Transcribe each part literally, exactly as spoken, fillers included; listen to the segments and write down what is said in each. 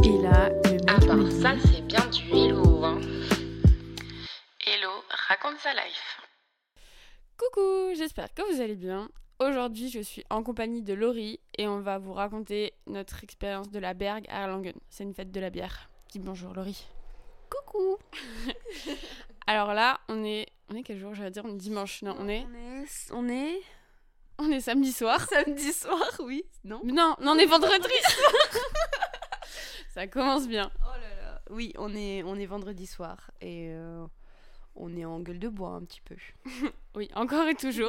Et là, le mec Ah bah me dit... ça c'est bien du hello hein. Hello, raconte sa life. Coucou, j'espère que vous allez bien. Aujourd'hui, je suis en compagnie de Laurie et on va vous raconter notre expérience de la Berg à Erlangen. C'est une fête de la bière. Dis bonjour Laurie. Coucou. Alors là, on est... On est quel jour, j'allais dire? On est dimanche. Non, on est... On est... On est... On est samedi soir. Samedi soir, oui. Non Non, non, on est vendredi. Ça commence bien. Oh là là. Oui, on est, on est vendredi soir et euh, on est en gueule de bois un petit peu. Oui, encore et toujours.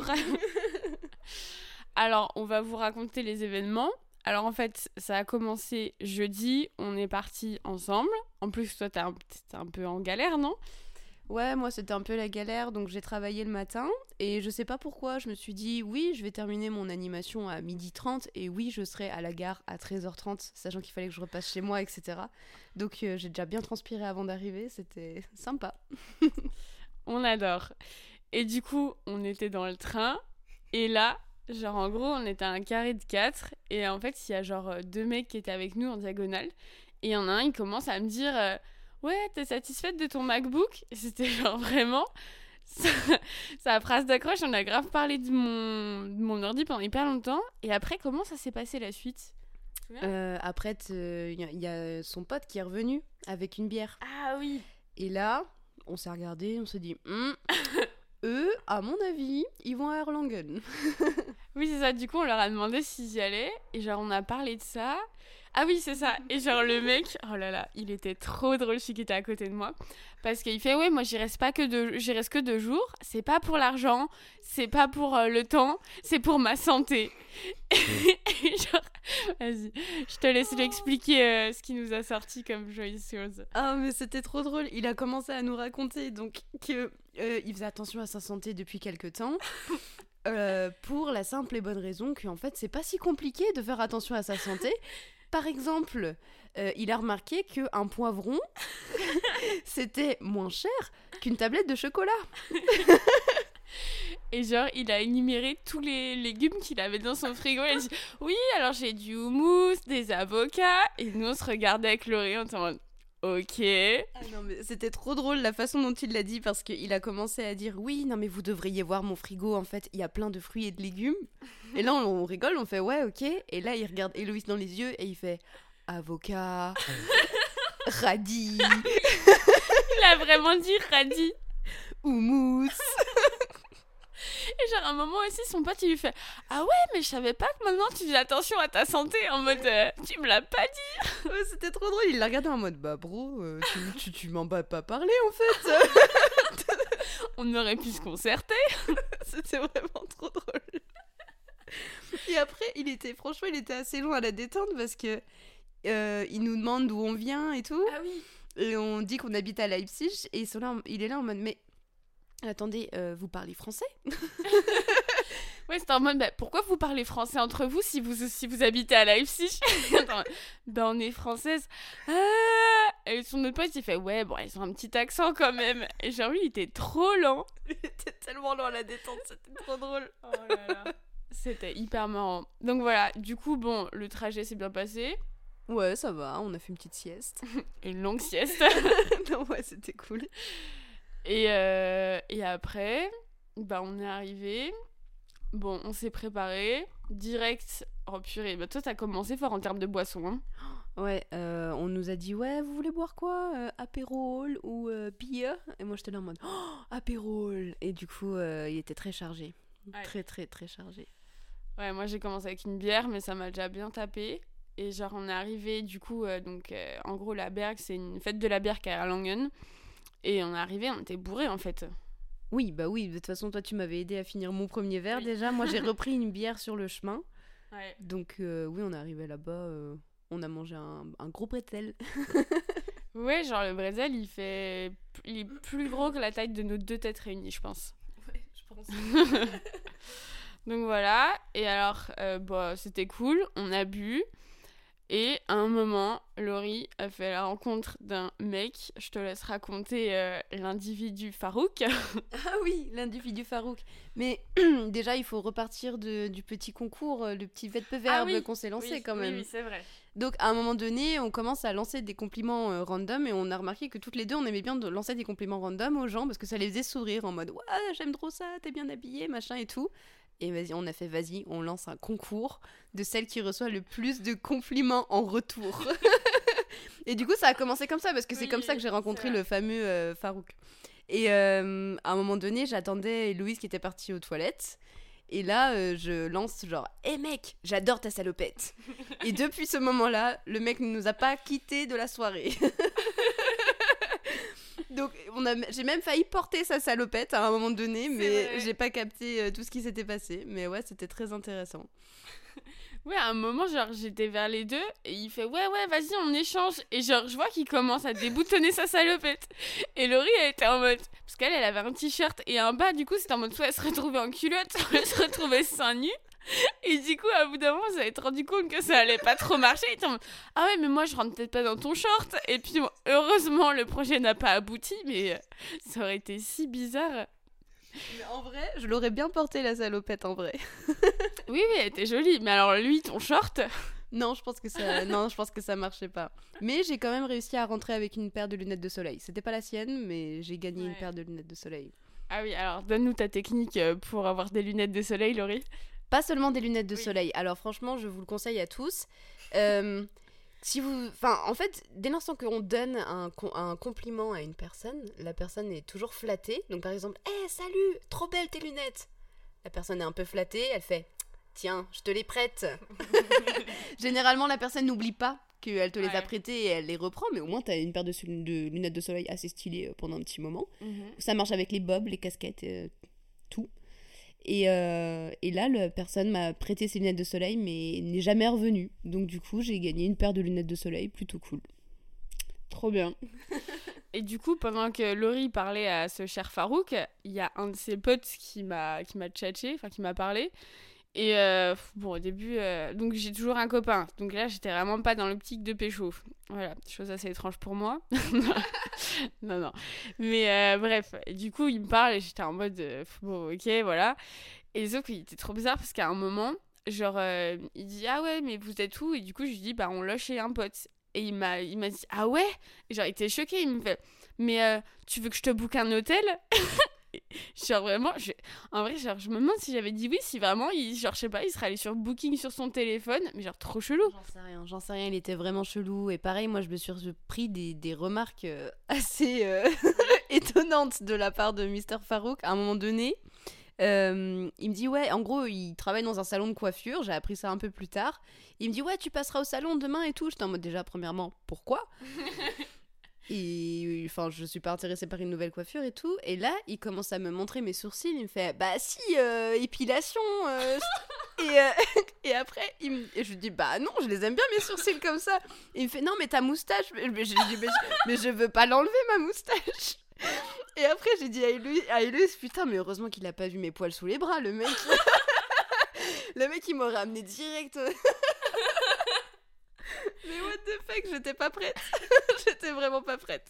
Alors, on va vous raconter les événements. Alors, en fait, ça a commencé jeudi. On est partis ensemble. En plus, toi, t'es un, t'es un peu en galère, non? Ouais, moi c'était un peu la galère, donc j'ai travaillé le matin et je sais pas pourquoi, je me suis dit oui, je vais terminer mon animation à midi trente et oui, je serai à la gare à treize heures trente, sachant qu'il fallait que je repasse chez moi, et cetera. Donc euh, j'ai déjà bien transpiré avant d'arriver, c'était sympa. On adore. Et du coup, on était dans le train et là, genre en gros, on était à un carré de quatre et en fait, il y a genre deux mecs qui étaient avec nous en diagonale et il y en a un, il commence à me dire... Euh, ouais, t'es satisfaite de ton MacBook? Et c'était genre vraiment sa, sa phrase d'accroche. On a grave parlé de mon, de mon ordi pendant hyper longtemps. Et après, comment ça s'est passé la suite? Euh, après, il y, y a son pote qui est revenu avec une bière. Ah oui. Et là, on s'est regardé, on s'est dit hm, eux, à mon avis, ils vont à Erlangen. Oui, c'est ça. Du coup, on leur a demandé s'ils y allaient. Et genre, on a parlé de ça. Ah oui, c'est ça. Et genre, le mec, oh là là, il était trop drôle, celui qui était à côté de moi. Parce qu'il fait, ouais, moi, j'y reste, pas que deux, j'y reste que deux jours. C'est pas pour l'argent, c'est pas pour euh, le temps, c'est pour ma santé. Et genre, vas-y, je te laisse lui expliquer euh, ce qui nous a sorti comme joyeuse chose. Ah, mais c'était trop drôle. Il a commencé à nous raconter donc que euh, il faisait attention à sa santé depuis quelque temps. Euh, pour la simple et bonne raison qu'en fait, c'est pas si compliqué de faire attention à sa santé. Par exemple, euh, il a remarqué qu'un poivron, c'était moins cher qu'une tablette de chocolat. Et genre, il a énuméré tous les légumes qu'il avait dans son frigo. Il a dit, oui, alors j'ai du houmous, des avocats. Et nous, on se regardait avec Laurie, on était en mode, ok. Ah non, mais c'était trop drôle la façon dont il l'a dit, parce qu'il a commencé à dire, oui, non mais vous devriez voir mon frigo, en fait, il y a plein de fruits et de légumes. Et là, on, on rigole, on fait, ouais, ok. Et là, il regarde Héloïse dans les yeux et il fait, avocat, radis. Il a vraiment dit radis. Houmous. Et genre, à un moment aussi, son pote, il lui fait, ah ouais, mais je savais pas que maintenant tu fais attention à ta santé, en mode, euh, tu me l'as pas dit. Ouais, c'était trop drôle, il l'a regardé en mode, bah bro, euh, tu, tu, tu m'en as pas parlé en fait. On aurait pu se concerter. C'était vraiment trop drôle. Et après, il était, franchement, il était assez long à la détente parce que euh, il nous demande d'où on vient et tout. Ah oui. Et on dit qu'on habite à Leipzig et ils sont là, il est là en mode, mais attendez, euh, vous parlez français? Ouais, c'était en mode, bah, pourquoi vous parlez français entre vous si vous, si vous habitez à Leipzig? Attends, bah, on est française. Ah. Et son autre pote, il fait, ouais, bon, ils ont un petit accent quand même. Et genre, lui, il était trop lent. Il était tellement lent à la détente, c'était trop drôle. Oh là là. C'était hyper marrant. Donc voilà, du coup, bon, le trajet s'est bien passé. Ouais, ça va, on a fait une petite sieste. Une longue sieste. Non, ouais, c'était cool. Et, euh, et après, bah, on est arrivé. Bon, on s'est préparé. Direct. Oh purée, bah, toi, t'as commencé fort en termes de boissons. Hein. Ouais, euh, on nous a dit, ouais, vous voulez boire quoi? euh, Apérol ou euh, beer? Et moi, j'étais là en mode, oh, apérol! Et du coup, euh, il était très chargé. Ouais. Très, très, très chargé. Ouais, moi, j'ai commencé avec une bière, mais ça m'a déjà bien tapé. Et genre, on est arrivé, du coup, euh, donc, euh, en gros, la Berg, c'est une fête de la bière qu'à Erlangen. Et on est arrivé, on était bourrés, en fait. Oui, bah oui, de toute façon, toi, tu m'avais aidé à finir mon premier verre Oui. déjà. Moi, j'ai repris une bière sur le chemin. Ouais. Donc, euh, oui, on est arrivé là-bas, euh, on a mangé un, un gros bretzel. Ouais, genre, le bretzel, il fait... Il est plus gros que la taille de nos deux têtes réunies, je pense. Ouais, je pense. Donc voilà, et alors, euh, bah, c'était cool, on a bu, et à un moment, Laurie a fait la rencontre d'un mec, je te laisse raconter euh, l'individu Farouk. Ah oui, l'individu Farouk. Mais déjà, il faut repartir de, du petit concours, le petit verbe Ah oui, qu'on s'est lancé oui, quand même. Oui, oui, c'est vrai. Donc à un moment donné, on commence à lancer des compliments euh, random et on a remarqué que toutes les deux, on aimait bien de lancer des compliments random aux gens parce que ça les faisait sourire en mode « Ouais, j'aime trop ça, t'es bien habillée, machin et tout ». Et vas-y, on a fait « Vas-y, on lance un concours de celle qui reçoit le plus de compliments en retour ». Et du coup, ça a commencé comme ça parce que c'est Oui, comme ça que j'ai rencontré c'est vrai. le fameux euh, Farouk. Et euh, à un moment donné, j'attendais Louise qui était partie aux toilettes. Et là, euh, je lance genre « Hé mec, j'adore ta salopette !» Et depuis ce moment-là, le mec ne nous a pas quittés de la soirée. Donc, on a, j'ai même failli porter sa salopette à un moment donné, mais vrai. j'ai pas capté euh, tout ce qui s'était passé. Mais ouais, c'était très intéressant. Ouais, à un moment, genre, j'étais vers les deux et il fait ouais, ouais, vas-y, on échange. Et genre, je vois qu'il commence à déboutonner sa salopette. Et Laurie, elle était en mode. Parce qu'elle, elle avait un t-shirt et un bas, du coup, c'était en mode soit elle se retrouvait en culotte, soit elle se retrouvait seins nus. Et du coup, à bout d'un moment, vous avez rendu compte que ça allait pas trop marcher. Il était en mode ah ouais, mais moi, je rentre peut-être pas dans ton short. Et puis, bon, heureusement, le projet n'a pas abouti, mais euh, ça aurait été si bizarre. Mais en vrai, je l'aurais bien porté la salopette en vrai. Oui, oui, elle était jolie. Mais alors, lui, ton short. Non, je pense que ça, non, je pense que ça marchait pas. Mais j'ai quand même réussi à rentrer avec une paire de lunettes de soleil. C'était pas la sienne, mais j'ai gagné Ouais. une paire de lunettes de soleil. Ah oui, alors donne-nous ta technique euh, pour avoir des lunettes de soleil, Laurie. Pas seulement des lunettes de Oui. soleil. Alors franchement, je vous le conseille à tous. Euh, si vous, enfin, en fait, dès l'instant qu'on donne un, com- un compliment à une personne, la personne est toujours flattée. Donc par exemple, hé, salut, trop belles tes lunettes. La personne est un peu flattée, elle fait, tiens, je te les prête. Généralement, la personne n'oublie pas qu'elle te les a Ouais. prêtées et elle les reprend, mais au moins t'as une paire de, su- de lunettes de soleil assez stylées euh, pendant un petit moment. Ça marche avec les bobs, les casquettes, euh, tout. Et, euh, et là, la personne m'a prêté ses lunettes de soleil, mais n'est jamais revenue. Donc du coup, j'ai gagné une paire de lunettes de soleil, plutôt cool. Trop bien. Et du coup, pendant que Laurie parlait à ce cher Farouk, il y a un de ses potes qui m'a qui m'a tchatché, enfin qui m'a parlé. Et euh, bon, au début, euh, donc j'ai toujours un copain. Donc là, j'étais vraiment pas dans l'optique de pécho. Voilà, chose assez étrange pour moi. non, non. Mais euh, bref, et du coup, il me parle et j'étais en mode, euh, bon, ok, voilà. Et sauf qu'il était trop bizarre parce qu'à un moment, genre, euh, il dit, ah ouais, mais vous êtes où? Et du coup, je lui dis, bah, on loge chez un pote. Et il m'a, il m'a dit, ah ouais? Et genre, il était choqué. Il me fait, mais euh, tu veux que je te book un hôtel? Genre vraiment, je... en vrai, genre, je me demande si j'avais dit oui, si vraiment, il, genre, je sais pas, il serait allé sur Booking sur son téléphone, mais genre trop chelou. J'en sais rien, j'en sais rien, il était vraiment chelou. Et pareil, moi, je me suis pris des, des remarques euh, assez euh, étonnantes de la part de mister Farouk. À un moment donné, euh, il me dit, ouais, en gros, il travaille dans un salon de coiffure. J'ai appris ça un peu plus tard. Il me dit, ouais, tu passeras au salon demain et tout. J'étais en mode, déjà, premièrement, pourquoi? Et enfin, je suis pas intéressée par une nouvelle coiffure et tout. Et là, il commence à me montrer mes sourcils. Il me fait, bah si, euh, épilation. euh, et, euh, et après, il me... et je lui dis, bah non, je les aime bien mes sourcils comme ça. Et il me fait, non, mais ta moustache. Mais je lui dis, mais je, mais je veux pas l'enlever, ma moustache. Et après, j'ai dit à Héloïse, à Héloïse, putain, mais heureusement qu'il a pas vu mes poils sous les bras, le mec. Le mec, il m'aurait amené direct. Mais what the fuck, j'étais pas prête. J'étais vraiment pas prête.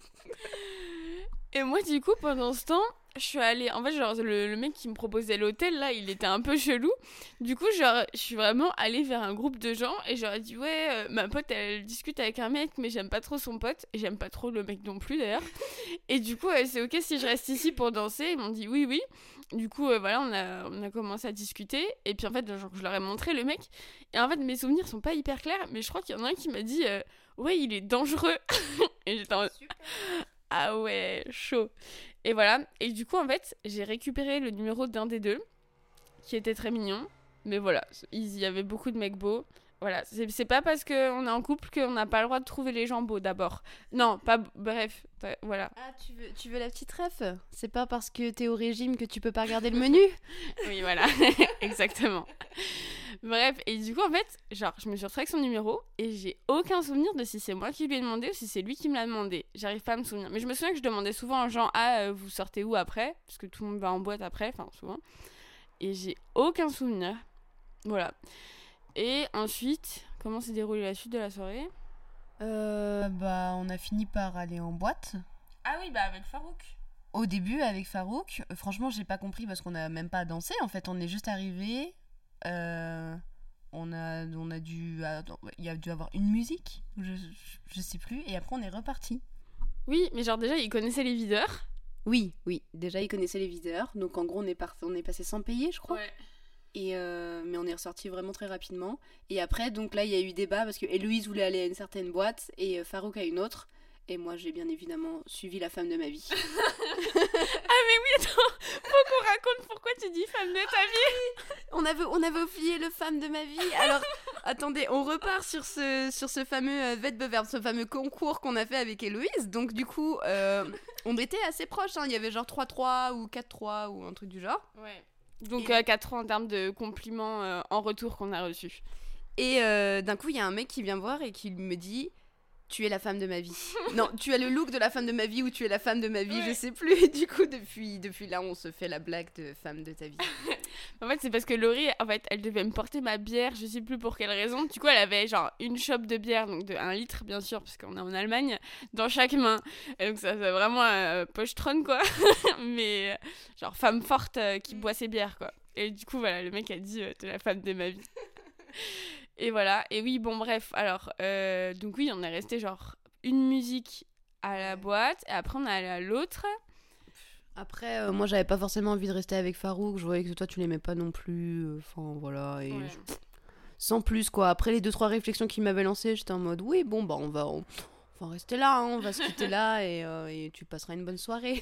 Et moi, du coup, pendant ce temps, je suis allée. En fait, genre, le, le mec qui me proposait l'hôtel, là, il était un peu chelou. Du coup, genre, je suis vraiment allée vers un groupe de gens et j'aurais dit, ouais, euh, ma pote, elle discute avec un mec, mais j'aime pas trop son pote. Et j'aime pas trop le mec non plus, d'ailleurs. Et du coup, euh, c'est ok si je reste ici pour danser. Ils m'ont dit oui, oui. Du coup, euh, voilà, on a, on a commencé à discuter. Et puis, en fait, genre, je leur ai montré le mec. Et en fait, mes souvenirs sont pas hyper clairs, mais je crois qu'il y en a un qui m'a dit, euh, ouais, il est dangereux. Et j'étais en mode, ah ouais, chaud. Et voilà. Et du coup, en fait, j'ai récupéré le numéro d'un des deux, qui était très mignon. Mais voilà, il y avait beaucoup de mecs beaux. Voilà, c'est, c'est pas parce qu'on est en couple qu'on n'a pas le droit de trouver les gens beaux d'abord. Non, pas. Bref, voilà. Ah, tu veux, tu veux la petite ref? C'est pas parce que t'es au régime que tu peux pas regarder le menu? Oui, voilà, exactement. Bref, et du coup, en fait, genre, je me suis retrouvée avec son numéro et j'ai aucun souvenir de si c'est moi qui lui ai demandé ou si c'est lui qui me l'a demandé. J'arrive pas à me souvenir. Mais je me souviens que je demandais souvent aux gens, ah, euh, vous sortez où après? Parce que tout le monde va en boîte après, enfin, souvent. Et j'ai aucun souvenir. Voilà. Et ensuite, comment s'est déroulée la suite de la soirée? Euh, bah, on a fini par aller en boîte. Ah oui, bah avec Farouk. Au début, avec Farouk, euh, franchement, j'ai pas compris parce qu'on a même pas dansé. En fait, on est juste arrivé. Euh, on a, on a dû... Attends, il y a dû avoir une musique, je, je, je sais plus, et après on est reparti. Oui, mais genre déjà, ils connaissaient les videurs. Oui, oui, déjà ils connaissaient les videurs, donc en gros on est, part... on est passé sans payer, je crois. Ouais. Et euh, mais on est ressorti vraiment très rapidement. Et après, donc là, il y a eu débat parce que Héloïse voulait aller à une certaine boîte et euh, Farouk à une autre. Et moi, j'ai bien évidemment suivi la femme de ma vie. Ah mais oui, attends, faut qu'on raconte pourquoi tu dis femme de ta vie. On avait, on avait oublié le femme de ma vie. Alors, attendez, on repart sur ce, sur ce fameux euh, Wettbewerb, ce fameux concours qu'on a fait avec Héloïse. Donc du coup, euh, on était assez proches. Hein. Il y avait genre trois trois ou quatre trois ou un truc du genre. Ouais. Donc Et... euh, quatre ans en termes de compliments euh, en retour qu'on a reçus. Et euh, d'un coup, il y a un mec qui vient me voir et qui me dit « Tu es la femme de ma vie. » Non, tu as le look de la femme de ma vie ou tu es la femme de ma vie, ouais. Je sais plus. Et du coup, depuis, depuis là, on se fait la blague de femme de ta vie. En fait, c'est parce que Laurie, en fait, elle devait me porter ma bière, je sais plus pour quelle raison. Du coup, elle avait genre une chope de bière, donc de un litre, bien sûr, parce qu'on est en Allemagne, dans chaque main. Et donc, ça fait vraiment euh, pochetronne, quoi. Mais euh, genre femme forte euh, qui boit ses bières, quoi. Et du coup, voilà, le mec a dit euh, « T'es la femme de ma vie. » Et voilà. Et oui, bon, bref. Alors, euh, donc oui, on est resté genre une musique à la boîte, et après, on est allé à l'autre. Après, euh, moi, j'avais pas forcément envie de rester avec Farouk. Je voyais que toi, tu l'aimais pas non plus. Enfin, euh, voilà. Et ouais. je... Sans plus, quoi. Après les deux, trois réflexions qu'il m'avait lancées, j'étais en mode, oui, bon, bah, on va, on... on va rester là, hein, on va se quitter là, et, euh, et tu passeras une bonne soirée.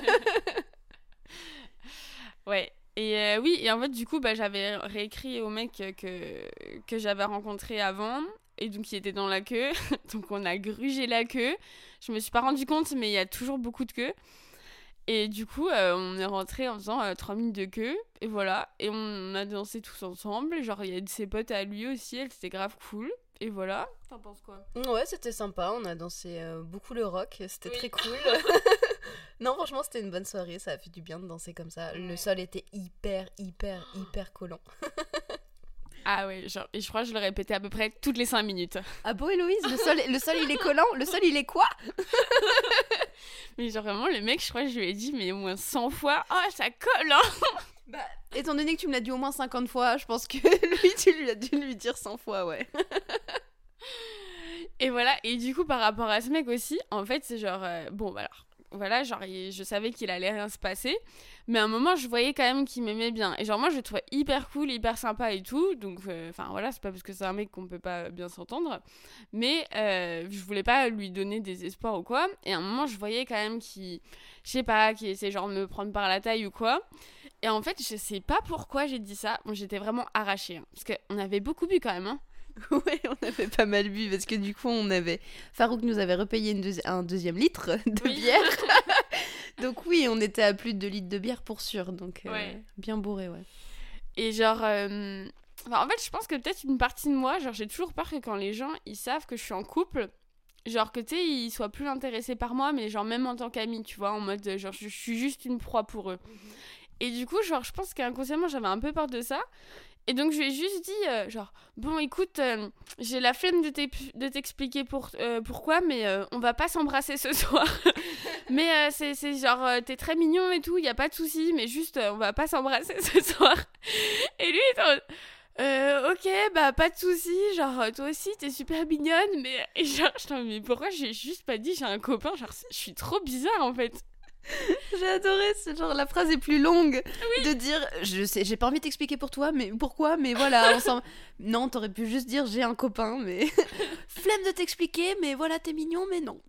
Ouais. Et euh, oui, et en fait, du coup, bah, j'avais réécrit au mec que, que j'avais rencontré avant, et donc il était dans la queue. Donc on a grugé la queue. Je me suis pas rendu compte, mais il y a toujours beaucoup de queues. Et du coup, euh, on est rentré en faisant euh, trois minutes de queue, et voilà. Et on a dansé tous ensemble. Genre, il y a de ses potes à lui aussi, elle, c'était grave cool. Et voilà. T'en penses quoi ? Ouais, c'était sympa. On a dansé euh, beaucoup le rock. C'était oui. Très cool. Non, franchement, c'était une bonne soirée. Ça a fait du bien de danser comme ça. Ouais. Le sol était hyper, hyper, hyper collant. Ah ouais, genre, et je crois que je le répétais à peu près toutes les cinq minutes. Ah bon, Héloïse, le sol, le sol il est collant. Le sol, il est quoi ? Mais genre vraiment, le mec, je crois que je lui ai dit, mais au moins cent fois, oh, ça colle, hein. Bah, étant donné que tu me l'as dit au moins cinquante fois, je pense que lui, tu lui as dû lui dire cent fois, ouais. Et voilà, et du coup, par rapport à ce mec aussi, en fait, c'est genre, euh, bon, bah alors, voilà, genre, il, je savais qu'il allait rien se passer, mais à un moment, je voyais quand même qu'il m'aimait bien. Et genre, moi, je le trouvais hyper cool, hyper sympa et tout, donc, enfin, euh, voilà, c'est pas parce que c'est un mec qu'on peut pas bien s'entendre, mais euh, je voulais pas lui donner des espoirs ou quoi, et à un moment, je voyais quand même qu'il, je sais pas, qu'il essaie genre de me prendre par la taille ou quoi, et en fait, je sais pas pourquoi j'ai dit ça, bon, j'étais vraiment arrachée, hein, parce qu'on avait beaucoup bu quand même, hein. Ouais, on avait pas mal bu parce que du coup on avait Farouk nous avait repayé une deuxi- un deuxième litre de oui. bière. Donc oui, on était à plus de deux litres de bière pour sûr, donc euh, ouais. Bien bourré, ouais. Et genre euh... enfin, en fait, je pense que peut-être une partie de moi, genre j'ai toujours peur que quand les gens ils savent que je suis en couple, genre que tu sais, ils soient plus intéressés par moi, mais genre même en tant qu'amie, tu vois, en mode genre je suis juste une proie pour eux. Mm-hmm. Et du coup, genre je pense qu'inconsciemment j'avais un peu peur de ça. Et donc, je lui ai juste dit, euh, genre, bon, écoute, euh, j'ai la flemme de, de t'expliquer pour, euh, pourquoi, mais euh, on va pas s'embrasser ce soir. mais euh, c'est, c'est genre, euh, t'es très mignon et tout, y a pas de souci, mais juste, euh, on va pas s'embrasser ce soir. Et lui, il était en... euh, ok, bah, pas de souci, genre, toi aussi, t'es super mignonne, mais, et genre, je t'en mais pourquoi j'ai juste pas dit j'ai un copain, genre, je suis trop bizarre, en fait. J'ai adoré, c'est genre la phrase est plus longue oui. de dire je sais, j'ai pas envie de t'expliquer pour toi, mais pourquoi, mais voilà, on s'en... Non, t'aurais pu juste dire j'ai un copain, mais flemme de t'expliquer, mais voilà, t'es mignon, mais non.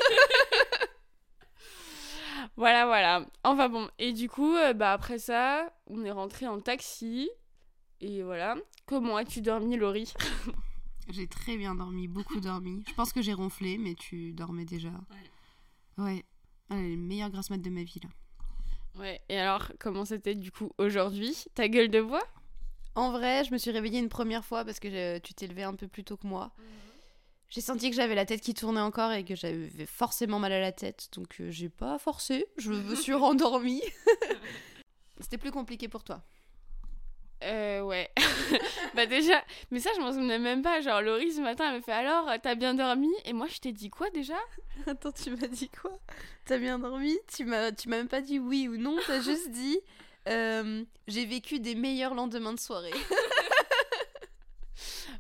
Voilà, voilà. Enfin bon, et du coup, euh, bah après ça, on est rentré en taxi, et voilà. Comment as-tu dormi, Laurie ? J'ai très bien dormi, beaucoup dormi. Je pense que j'ai ronflé, mais tu dormais déjà. Ouais. Ouais. Ah, les meilleures grasses mat de ma vie, là. Ouais, et alors, comment c'était, du coup, aujourd'hui ? Ta gueule de bois ? En vrai, je me suis réveillée une première fois parce que je, tu t'es levée un peu plus tôt que moi. Mm-hmm. J'ai senti que j'avais la tête qui tournait encore et que j'avais forcément mal à la tête. Donc, euh, j'ai pas forcé. Je me suis rendormie. C'était plus compliqué pour toi. Euh, ouais. Bah déjà, mais ça je m'en souvenais même pas. Genre Laurie ce matin elle me fait alors, t'as bien dormi ? Et moi je t'ai dit quoi déjà ? Attends, tu m'as dit quoi ? T'as bien dormi ? Tu m'as, tu m'as même pas dit oui ou non, t'as juste dit euh, j'ai vécu des meilleurs lendemains de soirée.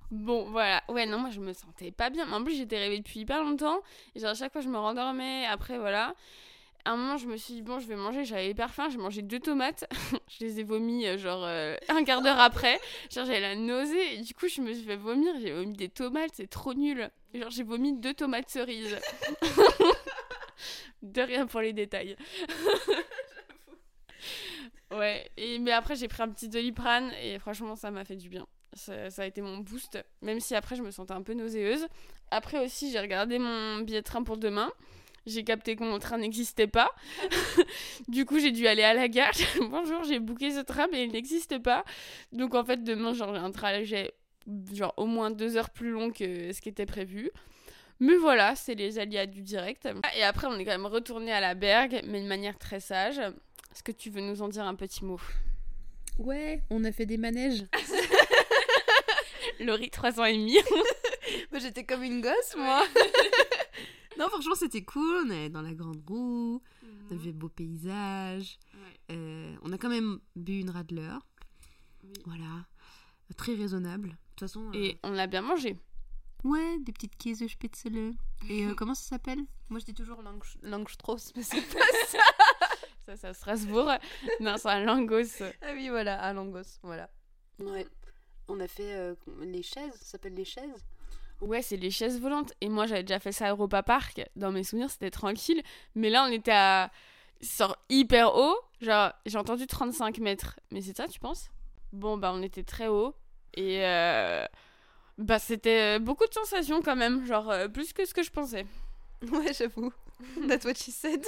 Bon, voilà. Ouais, non, moi, je me sentais pas bien. Mais en plus, j'étais réveillée depuis hyper longtemps. Et genre, à chaque fois, je me rendormais. Après, voilà. À un moment, je me suis dit, bon, je vais manger. J'avais hyper faim. J'ai mangé deux tomates. Je les ai vomies, euh, genre, euh, un quart d'heure après. Genre, j'avais la nausée. Et du coup, je me suis fait vomir. J'ai vomi des tomates. C'est trop nul. Et genre, j'ai vomi deux tomates cerises. De rien pour les détails. Ouais. Et, mais après, j'ai pris un petit Doliprane. Et franchement, ça m'a fait du bien. Ça, ça a été mon boost. Même si après, je me sentais un peu nauséeuse. Après aussi, j'ai regardé mon billet de train pour demain. J'ai capté que mon train n'existait pas. Du coup, j'ai dû aller à la gare. Bonjour, j'ai booké ce train, mais il n'existe pas. Donc, en fait, demain, genre, j'ai un trajet genre, au moins deux heures plus long que ce qui était prévu. Mais voilà, c'est les aléas du direct. Et après, on est quand même retourné à la Bergue, mais de manière très sage. Est-ce que tu veux nous en dire un petit mot ? Ouais, on a fait des manèges. Laurie, trois ans et demi. Moi, j'étais comme une gosse, moi. Non, franchement, c'était cool. On est dans la grande roue. Mm-hmm. On a vu de beaux paysages. Ouais. Euh, on a quand même bu une Radler. Oui. Voilà. Très raisonnable. De toute façon. Et euh... on l'a bien mangé. Ouais, des petites Käsespätzle. Et euh, comment ça s'appelle ? Moi, je dis toujours Lang- Langstrauss, mais c'est pas ça. Ça, c'est à Strasbourg. Non, c'est à Langos. Ah oui, voilà, à Langos. Voilà. Ouais. On a fait euh, les chaises. Ça s'appelle les chaises ? Ouais, c'est les chaises volantes. Et moi, j'avais déjà fait ça à Europa Park. Dans mes souvenirs, c'était tranquille. Mais là, on était à... genre hyper haut. Genre, j'ai entendu trente-cinq mètres. Mais c'est ça, tu penses ? Bon, bah, on était très haut. Et euh... bah, c'était beaucoup de sensations quand même. Genre, euh, plus que ce que je pensais. Ouais, j'avoue. That's what she said.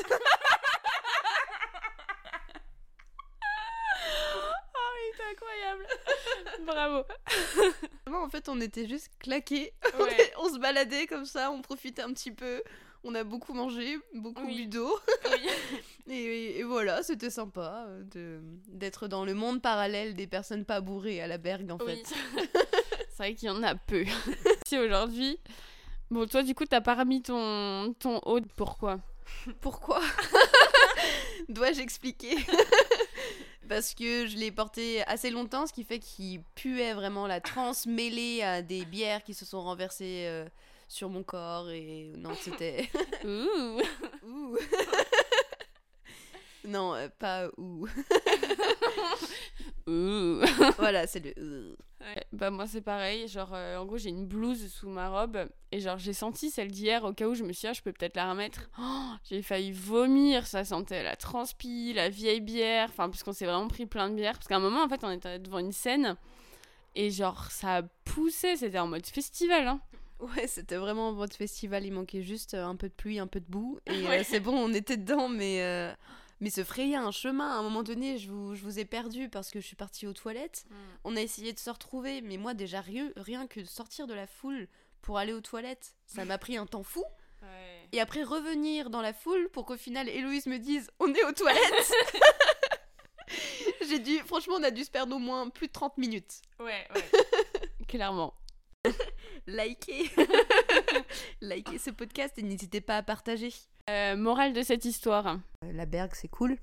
Incroyable. Bravo. En fait, on était juste claqués. Ouais. On se baladait comme ça, on profitait un petit peu. On a beaucoup mangé, beaucoup oui. bu d'eau. Oui. et, et voilà, c'était sympa de, d'être dans le monde parallèle des personnes pas bourrées à la Bergue, en oui. fait. C'est vrai qu'il y en a peu. Si aujourd'hui... Bon, toi, du coup, t'as pas remis ton, ton haut. Pourquoi ? Pourquoi ? Dois-je expliquer ? Parce que je l'ai porté assez longtemps, ce qui fait qu'il puait vraiment la transe mêlée à des bières qui se sont renversées euh, sur mon corps. Et non, c'était... Ouh. Ouh. Non, euh, pas ouh. Ouh. Voilà, c'est le ouh. Ouais, bah moi c'est pareil, genre euh, en gros j'ai une blouse sous ma robe et genre j'ai senti celle d'hier au cas où je me suis dit ah, je peux peut-être la remettre. Oh, j'ai failli vomir, ça sentait la transpi, la vieille bière, enfin puisqu'on s'est vraiment pris plein de bière parce qu'à un moment en fait on était devant une scène et genre ça a poussé, c'était en mode festival hein. Ouais, c'était vraiment en mode festival, il manquait juste un peu de pluie, un peu de boue et ouais. euh, c'est bon, on était dedans mais... Euh... Mais se frayer un chemin, à un moment donné, je vous, je vous ai perdu parce que je suis partie aux toilettes. Mm. On a essayé de se retrouver, mais moi déjà rien, rien que de sortir de la foule pour aller aux toilettes, ça m'a pris un temps fou. Ouais. Et après revenir dans la foule pour qu'au final Héloïse me dise « On est aux toilettes !» J'ai dû, franchement, on a dû se perdre au moins plus de trente minutes. Ouais, ouais. Clairement. Likez Likez ce podcast et n'hésitez pas à partager. Euh, morale de cette histoire. Euh, la Bergue, c'est cool.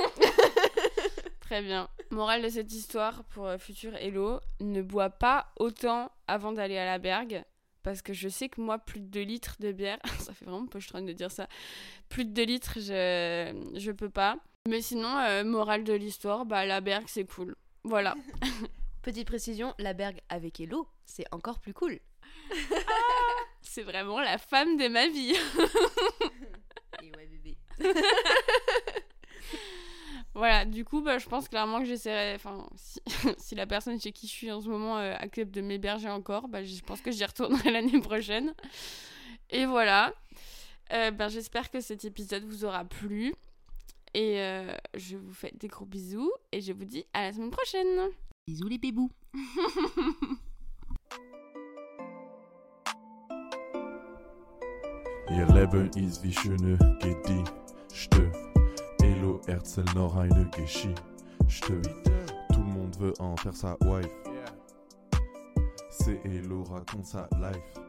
Très bien. Morale de cette histoire pour euh, futur Hello, ne bois pas autant avant d'aller à la Bergue. Parce que je sais que moi, plus de deux litres de bière, ça fait vraiment pochetronne de dire ça, plus de deux litres, je, je peux pas. Mais sinon, euh, morale de l'histoire, bah la Bergue, c'est cool. Voilà. Petite précision, la Bergue avec Hello, c'est encore plus cool. Ah, c'est vraiment la femme de ma vie. Et ouais, bébé. Voilà, du coup, bah, je pense clairement que j'essaierai... Enfin, si, si la personne chez qui je suis en ce moment euh, accepte de m'héberger encore, bah, je pense que j'y retournerai l'année prochaine. Et voilà. Euh, ben, j'espère que cet épisode vous aura plu. Et euh, je vous fais des gros bisous. Et je vous dis à la semaine prochaine. Bisous les bébous. Ihr Leben ist wie schöne Gedichte. Hello erzähl noch eine Geschichte. Tout le monde veut en faire sa wife. C'est Hello raconte sa life.